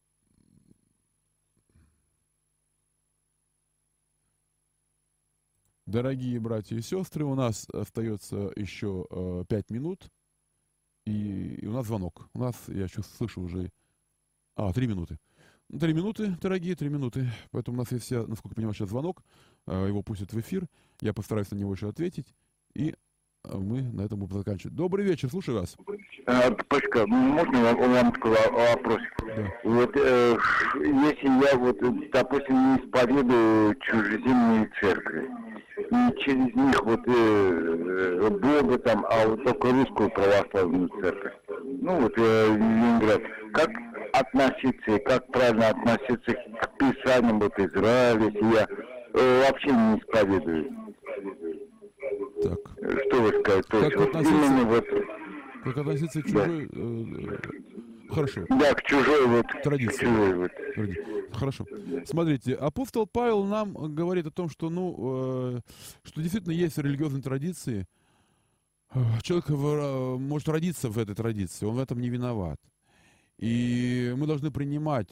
Дорогие братья и сестры, у нас остается еще э, пять минут, и, и у нас звонок. У нас, я сейчас слышу уже... А, три минуты. Три минуты, дорогие, три минуты. Поэтому у нас есть, я, насколько я понимаю, сейчас звонок. Э, его пустят в эфир. Я постараюсь на него еще ответить. И мы на этом будем заканчивать. Добрый вечер, слушаю вас. А, Пашка, можно вам, вам такой вопрос? Да. Вот, э, если я, вот, допустим, не исповедую чужеземные церкви, и через них вот э, Бога там, а вот только русскую православную церковь, ну вот э, Ленинград, как относиться и как правильно относиться к писаниям вот Израиля, если я э, вообще не исповедую? Так. Что вы скажете? То Как есть, вот относиться, именно вот, как относиться к чужой... э, хорошо. да, к чужой вот Традиции. к чужой вот. Хорошо. Смотрите, апостол Павел нам говорит о том, что, ну, э, что действительно есть религиозные традиции. Человек в, может родиться в этой традиции, он в этом не виноват. И мы должны принимать,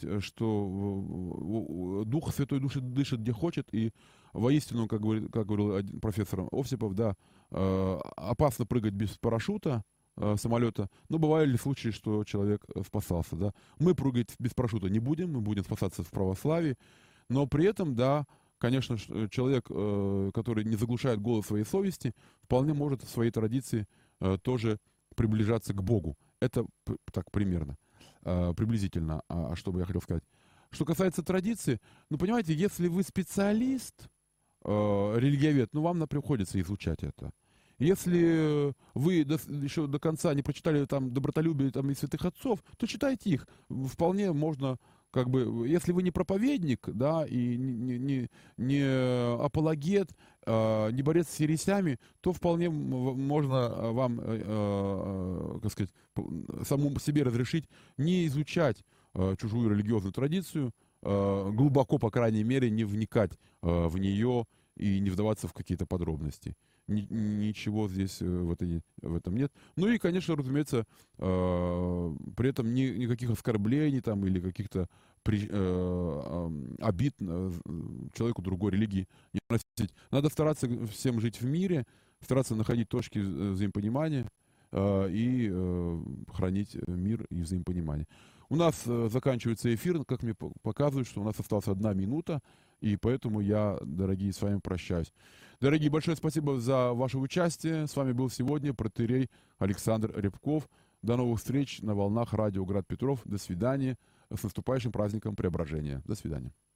что Дух Святой душит, дышит где хочет, и воистину, как говорил, как говорил один профессор Овсипов, да, опасно прыгать без парашюта, самолета, но бывали ли случаи, что человек спасался, да. Мы прыгать без парашюта не будем, мы будем спасаться в православии, но при этом, да, конечно, человек, который не заглушает голос своей совести, вполне может в своей традиции тоже приближаться к Богу. Это так примерно, приблизительно, а что бы я хотел сказать. Что касается традиции, ну, понимаете, если вы специалист, религиовед, ну, вам приходится изучать это. Если вы до, еще до конца не прочитали там добротолюбие там, и святых отцов, то читайте их. Вполне можно, как бы, если вы не проповедник, да, и не, не, не апологет, э, не борец с ересями, то вполне можно вам, э, э, как сказать, самому себе разрешить не изучать э, чужую религиозную традицию, э, глубоко, по крайней мере, не вникать э, в нее и не вдаваться в какие-то подробности. Ничего здесь в, этой, в этом нет. Ну и, конечно, разумеется, э, при этом ни, никаких оскорблений там, или каких-то при, э, обид человеку другой религии не носить. Надо стараться всем жить в мире, стараться находить точки взаимопонимания э, и э, хранить мир и взаимопонимание. У нас э, заканчивается эфир, как мне показывают, что у нас осталась одна минута, и поэтому я, дорогие, с вами прощаюсь. Дорогие, большое спасибо за ваше участие. С вами был сегодня протоиерей Александр Рябков. До новых встреч на волнах радио Град Петров. До свидания. С наступающим праздником Преображения. До свидания.